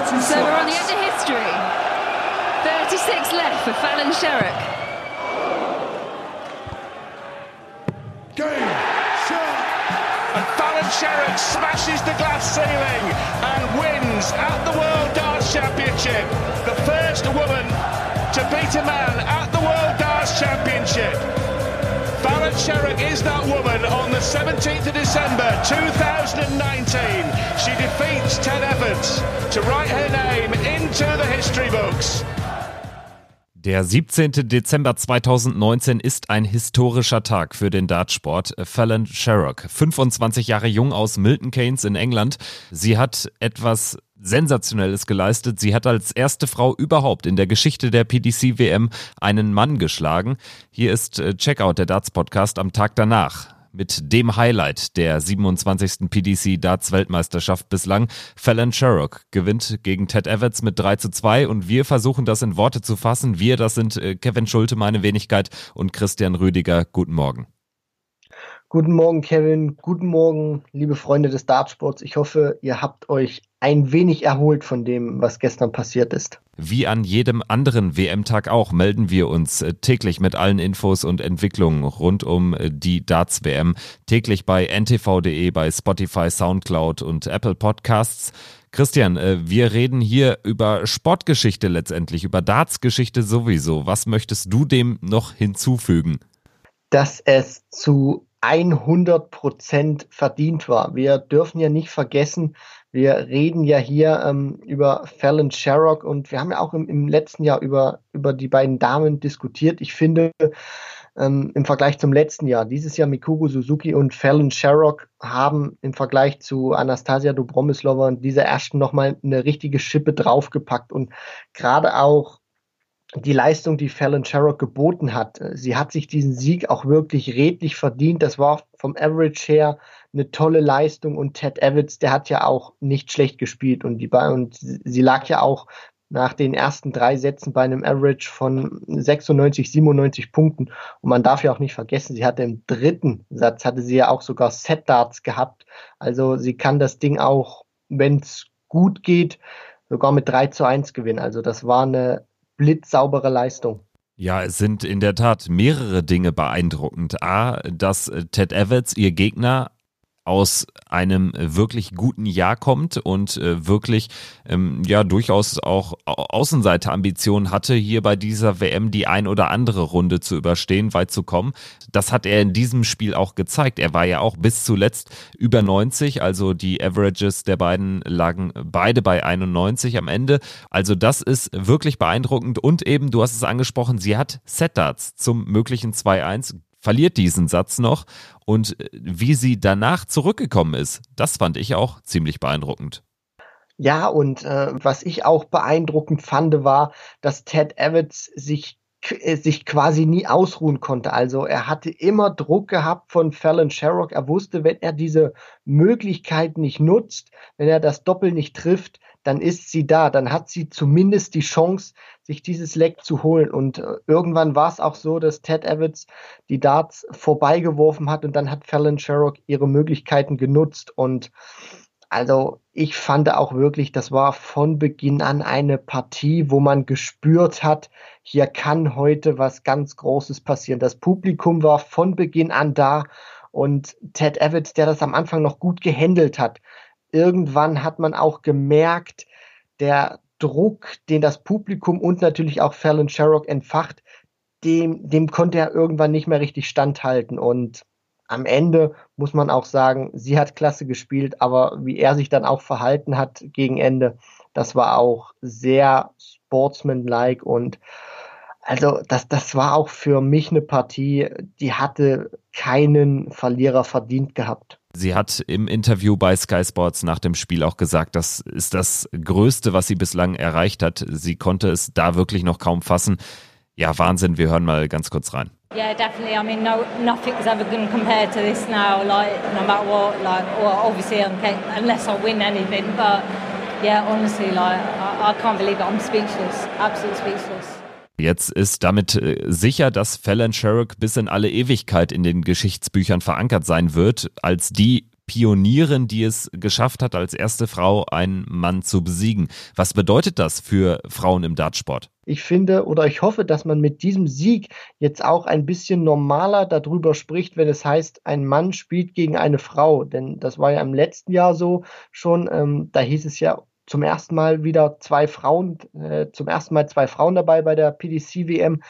So we're on the edge of history. 36 left for Fallon Sherrock. Game, shot. And Fallon Sherrock smashes the glass ceiling and wins at the World Darts Championship. The first woman to beat a man at the World Darts Championship. Fallon Sherrock is that woman on the 17th of December 2019. She defeats Ted Evans to write her name into the history books. Der 17. Dezember 2019 ist ein historischer Tag für den Dartsport. Fallon Sherrock, 25 Jahre jung aus Milton Keynes in England. Sie hat etwas Sensationelles geleistet. Sie hat als erste Frau überhaupt in der Geschichte der PDC-WM einen Mann geschlagen. Hier ist Checkout, der Darts-Podcast am Tag danach. Mit dem Highlight der 27. PDC-Darts-Weltmeisterschaft bislang. Fallon Sherrock gewinnt gegen Ted Evans mit 3:2 und wir versuchen das in Worte zu fassen. Wir, das sind Kevin Schulte, meine Wenigkeit, und Christian Rüdiger. Guten Morgen. Guten Morgen, Kevin. Guten Morgen, liebe Freunde des Dartsports. Ich hoffe, ihr habt euch ein wenig erholt von dem, was gestern passiert ist. Wie an jedem anderen WM-Tag auch melden wir uns täglich mit allen Infos und Entwicklungen rund um die Darts-WM. Täglich bei ntv.de, bei Spotify, Soundcloud und Apple Podcasts. Christian, wir reden hier über Sportgeschichte letztendlich, über Darts-Geschichte sowieso. Was möchtest du dem noch hinzufügen? Dass es zu 100% verdient war. Wir dürfen ja nicht vergessen, wir reden ja hier über Fallon Sherrock und wir haben ja auch im letzten Jahr über die beiden Damen diskutiert. Ich finde, im Vergleich zum letzten Jahr, dieses Jahr Mikuru Suzuki und Fallon Sherrock haben im Vergleich zu Anastasia Dobromyslova und dieser ersten nochmal eine richtige Schippe draufgepackt und gerade auch die Leistung, die Fallon Sherrock geboten hat. Sie hat sich diesen Sieg auch wirklich redlich verdient. Das war vom Average her eine tolle Leistung und Ted Evans, der hat ja auch nicht schlecht gespielt und sie lag ja auch nach den ersten 3 Sätzen bei einem Average von 96, 97 Punkten. Und man darf ja auch nicht vergessen, sie hatte im 3. Satz, hatte sie ja auch sogar Set-Darts gehabt. Also sie kann das Ding auch, wenn es gut geht, sogar mit 3:1 gewinnen. Also das war eine blitzsaubere Leistung. Ja, es sind in der Tat mehrere Dinge beeindruckend. A, dass Ted Evans, ihr Gegner, aus einem wirklich guten Jahr kommt und wirklich durchaus auch Außenseiterambitionen hatte, hier bei dieser WM die ein oder andere Runde zu überstehen, weit zu kommen. Das hat er in diesem Spiel auch gezeigt. Er war ja auch bis zuletzt über 90, also die Averages der beiden lagen beide bei 91 am Ende. Also das ist wirklich beeindruckend und eben, du hast es angesprochen, sie hat Set-Darts zum möglichen 2:1, verliert diesen Satz noch und wie sie danach zurückgekommen ist, das fand ich auch ziemlich beeindruckend. Ja, und was ich auch beeindruckend fand, war, dass Ted Evans sich quasi nie ausruhen konnte. Also er hatte immer Druck gehabt von Fallon Sherrock. Er wusste, wenn er diese Möglichkeit nicht nutzt, wenn er das Doppel nicht trifft, dann ist sie da. Dann hat sie zumindest die Chance, sich dieses Leck zu holen. Und irgendwann war es auch so, dass Ted Evans die Darts vorbeigeworfen hat und dann hat Fallon Sherrock ihre Möglichkeiten genutzt. Und also ich fand auch wirklich, das war von Beginn an eine Partie, wo man gespürt hat, hier kann heute was ganz Großes passieren. Das Publikum war von Beginn an da und Ted Evans, der das am Anfang noch gut gehandelt hat. Irgendwann hat man auch gemerkt, der Druck, den das Publikum und natürlich auch Fallon Sherrock entfacht, dem konnte er irgendwann nicht mehr richtig standhalten. Und am Ende muss man auch sagen, sie hat klasse gespielt, aber wie er sich dann auch verhalten hat gegen Ende, das war auch sehr sportsmanlike und also das war auch für mich eine Partie, die hatte keinen Verlierer verdient gehabt. Sie hat im Interview bei Sky Sports nach dem Spiel auch gesagt, das ist das Größte, was sie bislang erreicht hat. Sie konnte es da wirklich noch kaum fassen. Ja, Wahnsinn, wir hören mal ganz kurz rein. Yeah, definitely. I mean, nothing's ever going to compare to this now. Like, no matter what. Like, well, obviously, unless I win anything. But yeah, honestly, like, I can't believe it. I'm speechless. Absolutely speechless. Jetzt ist damit sicher, dass Fallon Sherrock bis in alle Ewigkeit in den Geschichtsbüchern verankert sein wird, als die Pionierin, die es geschafft hat, als erste Frau einen Mann zu besiegen. Was bedeutet das für Frauen im Dartsport? Ich finde oder ich hoffe, dass man mit diesem Sieg jetzt auch ein bisschen normaler darüber spricht, wenn es heißt, ein Mann spielt gegen eine Frau. Denn das war ja im letzten Jahr so schon. Da hieß es ja zum ersten Mal wieder zwei Frauen dabei bei der PDC-WM.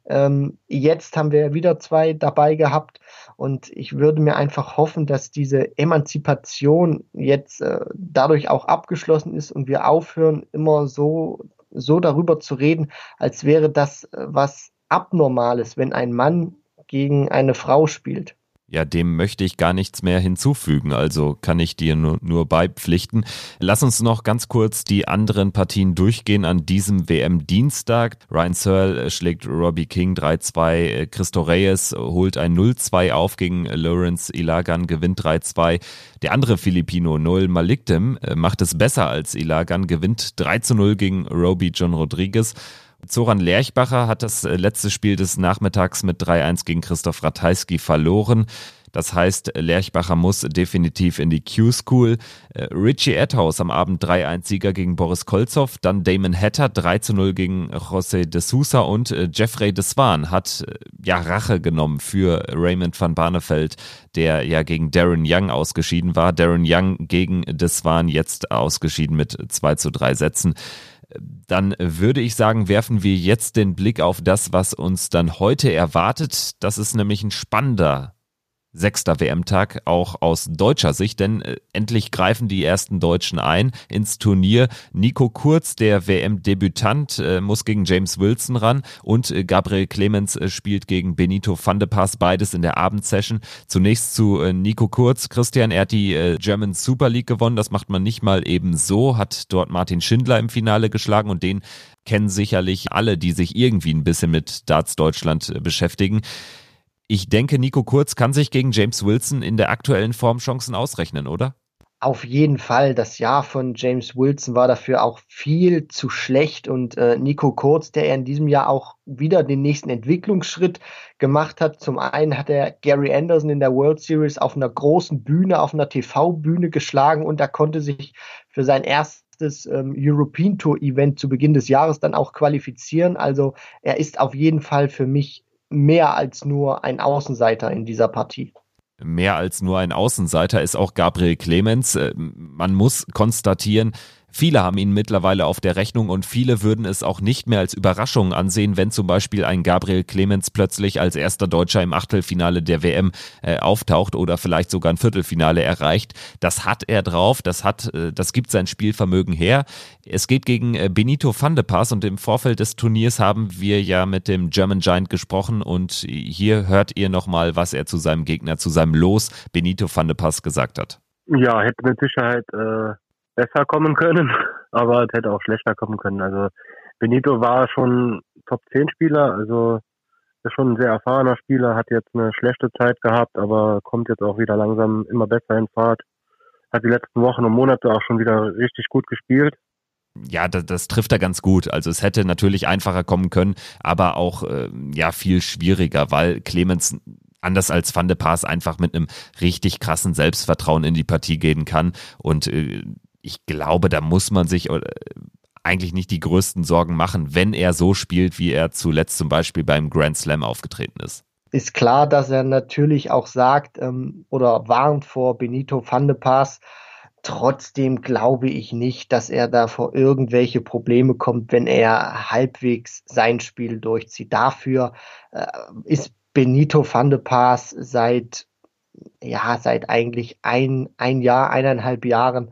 Jetzt haben wir ja wieder zwei dabei gehabt. Und ich würde mir einfach hoffen, dass diese Emanzipation jetzt dadurch auch abgeschlossen ist und wir aufhören, immer so darüber zu reden, als wäre das was Abnormales, wenn ein Mann gegen eine Frau spielt. Ja, dem möchte ich gar nichts mehr hinzufügen, also kann ich dir nur beipflichten. Lass uns noch ganz kurz die anderen Partien durchgehen an diesem WM-Dienstag. Ryan Searle schlägt Robbie King 3-2, Cristo Reyes holt ein 0-2 auf gegen Lawrence Ilagan, gewinnt 3-2. Der andere Filipino, Noel Malikdem, macht es besser als Ilagan, gewinnt 3-0 gegen Robbie John Rodriguez. Zoran Lerchbacher hat das letzte Spiel des Nachmittags mit 3-1 gegen Christoph Ratajski verloren. Das heißt, Lerchbacher muss definitiv in die Q-School. Richie Adhouse am Abend 3-1-Sieger gegen Boris Kolzow, dann Damon Hatter 3-0 gegen José de Sousa und Jeffrey de Swaan hat Rache genommen für Raymond van Barneveld, der ja gegen Darren Young ausgeschieden war. Darren Young gegen de Swaan jetzt ausgeschieden mit 2-3 Sätzen. Dann würde ich sagen, werfen wir jetzt den Blick auf das, was uns dann heute erwartet. Das ist nämlich ein spannender 6. WM-Tag, auch aus deutscher Sicht, denn endlich greifen die ersten Deutschen ein ins Turnier. Nico Kurz, der WM-Debütant, muss gegen James Wilson ran und Gabriel Clemens spielt gegen Benito van de Pas, beides in der Abendsession. Zunächst zu Nico Kurz. Christian, er hat die German Super League gewonnen, das macht man nicht mal eben so, hat dort Martin Schindler im Finale geschlagen und den kennen sicherlich alle, die sich irgendwie ein bisschen mit Darts Deutschland beschäftigen. Ich denke, Nico Kurz kann sich gegen James Wilson in der aktuellen Form Chancen ausrechnen, oder? Auf jeden Fall. Das Jahr von James Wilson war dafür auch viel zu schlecht und Nico Kurz, der in diesem Jahr auch wieder den nächsten Entwicklungsschritt gemacht hat. Zum einen hat er Gary Anderson in der World Series auf einer großen Bühne, auf einer TV-Bühne geschlagen und er konnte sich für sein erstes European Tour Event zu Beginn des Jahres dann auch qualifizieren. Also er ist auf jeden Fall für mich mehr als nur ein Außenseiter in dieser Partie. Mehr als nur ein Außenseiter ist auch Gabriel Clemens. Man muss konstatieren, viele haben ihn mittlerweile auf der Rechnung und viele würden es auch nicht mehr als Überraschung ansehen, wenn zum Beispiel ein Gabriel Clemens plötzlich als erster Deutscher im Achtelfinale der WM auftaucht oder vielleicht sogar ein Viertelfinale erreicht. Das hat er drauf, das gibt sein Spielvermögen her. Es geht gegen Benito van de Pas und im Vorfeld des Turniers haben wir ja mit dem German Giant gesprochen und hier hört ihr nochmal, was er zu seinem Gegner, zu seinem Los Benito van de Pas gesagt hat. Ja, hätte mit Sicherheit besser kommen können, aber es hätte auch schlechter kommen können. Also Benito war schon Top-10-Spieler, also ist schon ein sehr erfahrener Spieler, hat jetzt eine schlechte Zeit gehabt, aber kommt jetzt auch wieder langsam immer besser in Fahrt. Hat die letzten Wochen und Monate auch schon wieder richtig gut gespielt. Ja, das trifft er ganz gut. Also es hätte natürlich einfacher kommen können, aber auch viel schwieriger, weil Clemens anders als Van de Pas einfach mit einem richtig krassen Selbstvertrauen in die Partie gehen kann und ich glaube, da muss man sich eigentlich nicht die größten Sorgen machen, wenn er so spielt, wie er zuletzt zum Beispiel beim Grand Slam aufgetreten ist. Ist klar, dass er natürlich auch sagt oder warnt vor Benito van de Pas. Trotzdem glaube ich nicht, dass er da vor irgendwelche Probleme kommt, wenn er halbwegs sein Spiel durchzieht. Dafür ist Benito van de Pas seit eigentlich ein Jahr, 1,5 Jahren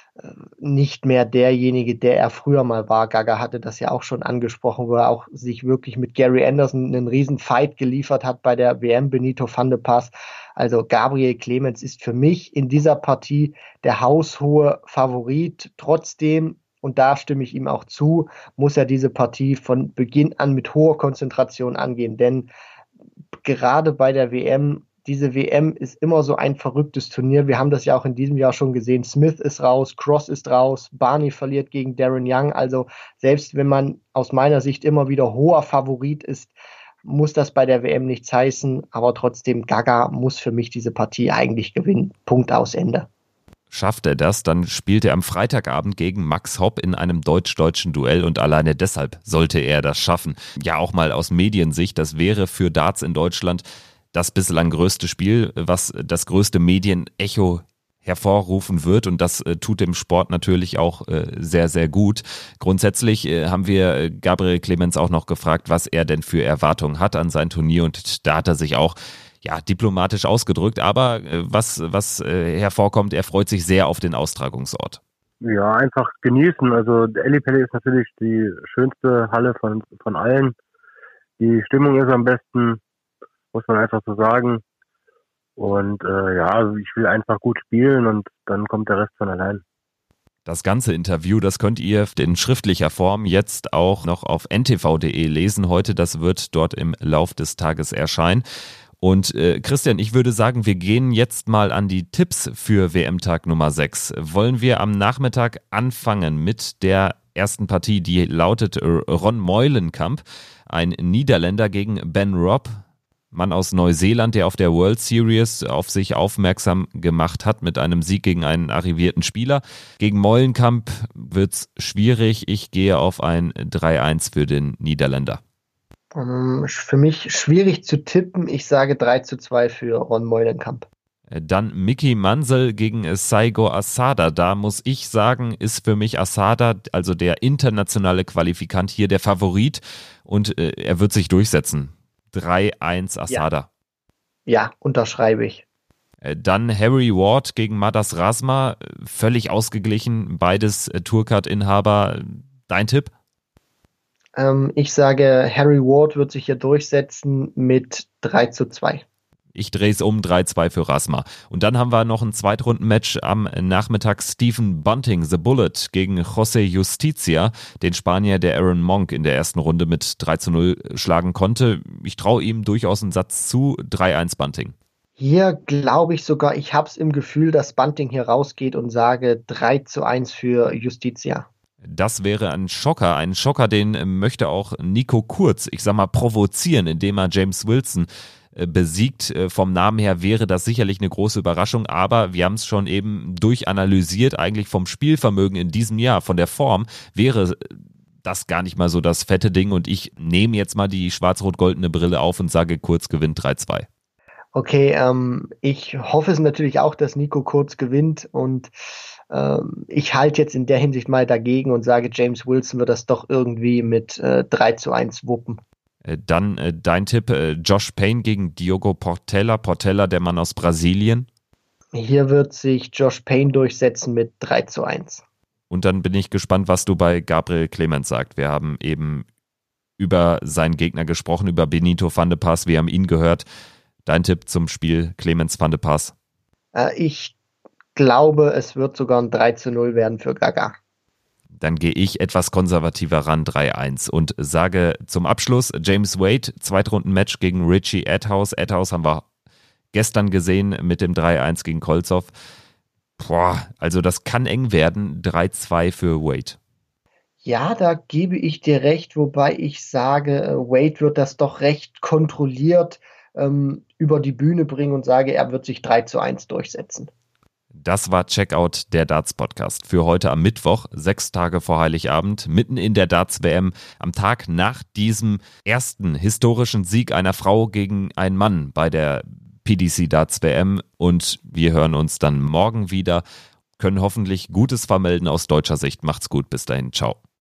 nicht mehr derjenige, der er früher mal war. Gaga hatte das ja auch schon angesprochen, wo er auch sich wirklich mit Gary Anderson einen riesen Fight geliefert hat bei der WM Benito van de Pas. Also Gabriel Clemens ist für mich in dieser Partie der haushohe Favorit. Trotzdem, und da stimme ich ihm auch zu, muss er diese Partie von Beginn an mit hoher Konzentration angehen, denn gerade bei der WM, diese WM ist immer so ein verrücktes Turnier. Wir haben das ja auch in diesem Jahr schon gesehen. Smith ist raus, Cross ist raus, Barney verliert gegen Darren Young. Also selbst wenn man aus meiner Sicht immer wieder hoher Favorit ist, muss das bei der WM nichts heißen, aber trotzdem, Gaga muss für mich diese Partie eigentlich gewinnen. Punkt, aus, Ende. Schafft er das, dann spielt er am Freitagabend gegen Max Hopp in einem deutsch-deutschen Duell und alleine deshalb sollte er das schaffen. Ja, auch mal aus Mediensicht, das wäre für Darts in Deutschland das bislang größte Spiel, was das größte Medienecho hervorrufen wird, und das tut dem Sport natürlich auch sehr, sehr gut. Grundsätzlich haben wir Gabriel Clemens auch noch gefragt, was er denn für Erwartungen hat an sein Turnier, und da hat er sich auch diplomatisch ausgedrückt, aber was hervorkommt, er freut sich sehr auf den Austragungsort. Ja, einfach genießen. Also der Ellipelli ist natürlich die schönste Halle von allen. Die Stimmung ist am besten, muss man einfach so sagen. Und ich will einfach gut spielen und dann kommt der Rest von allein. Das ganze Interview, das könnt ihr in schriftlicher Form jetzt auch noch auf ntv.de lesen heute. Das wird dort im Lauf des Tages erscheinen. Und Christian, ich würde sagen, wir gehen jetzt mal an die Tipps für WM-Tag Nummer 6. Wollen wir am Nachmittag anfangen mit der ersten Partie, die lautet Ron Meulenkamp, ein Niederländer gegen Ben Robb, Mann aus Neuseeland, der auf der World Series auf sich aufmerksam gemacht hat mit einem Sieg gegen einen arrivierten Spieler. Gegen Meulenkamp wird's schwierig. Ich gehe auf ein 3-1 für den Niederländer. Für mich schwierig zu tippen. Ich sage 3-2 für Ron Meulenkamp. Dann Mickey Mansell gegen Saigo Asada. Da muss ich sagen, ist für mich Asada, also der internationale Qualifikant, hier der Favorit, und er wird sich durchsetzen. 3-1 Asada. Ja, unterschreibe ich. Dann Harry Ward gegen Madas Razma. Völlig ausgeglichen. Beides Tourcard-Inhaber. Dein Tipp? Ich sage, Harry Ward wird sich hier durchsetzen mit 3-2. Ich drehe es um, 3-2 für Razma. Und dann haben wir noch ein Zweitrunden-Match am Nachmittag. Stephen Bunting, The Bullet, gegen José Justicia, den Spanier, der Aaron Monk in der ersten Runde mit 3-0 schlagen konnte. Ich traue ihm durchaus einen Satz zu, 3-1 Bunting. Hier glaube ich sogar, ich habe es im Gefühl, dass Bunting hier rausgeht und sage 3-1 für Justicia. Das wäre ein Schocker, den möchte auch Nico Kurz, ich sag mal, provozieren, indem er James Wilson besiegt. Vom Namen her wäre das sicherlich eine große Überraschung, aber wir haben es schon eben durchanalysiert, eigentlich vom Spielvermögen in diesem Jahr, von der Form, wäre das gar nicht mal so das fette Ding, und ich nehme jetzt mal die schwarz-rot-goldene Brille auf und sage, Kurz gewinnt 3-2. Okay, ich hoffe es natürlich auch, dass Nico Kurz gewinnt, und ich halte jetzt in der Hinsicht mal dagegen und sage, James Wilson wird das doch irgendwie mit 3-1 wuppen. Dann dein Tipp, Josh Payne gegen Diogo Portela. Portela, der Mann aus Brasilien. Hier wird sich Josh Payne durchsetzen mit 3-1. Und dann bin ich gespannt, was du bei Gabriel Clemens sagst. Wir haben eben über seinen Gegner gesprochen, über Benito van de Pas. Wir haben ihn gehört. Dein Tipp zum Spiel Clemens van de Pas? Ich glaube, es wird sogar ein 3-0 werden für Gaga. Dann gehe ich etwas konservativer ran, 3-1, und sage zum Abschluss James Wade, Zweitrunden-Match gegen Richie Adhouse. Adhouse haben wir gestern gesehen mit dem 3-1 gegen Kolzow. Also das kann eng werden, 3-2 für Wade. Ja, da gebe ich dir recht, wobei ich sage, Wade wird das doch recht kontrolliert über die Bühne bringen und sage, er wird sich 3-1 durchsetzen. Das war Checkout, der Darts-Podcast für heute am Mittwoch, 6 Tage vor Heiligabend, mitten in der Darts-WM, am Tag nach diesem ersten historischen Sieg einer Frau gegen einen Mann bei der PDC Darts-WM, und wir hören uns dann morgen wieder, können hoffentlich Gutes vermelden aus deutscher Sicht. Macht's gut, bis dahin, ciao.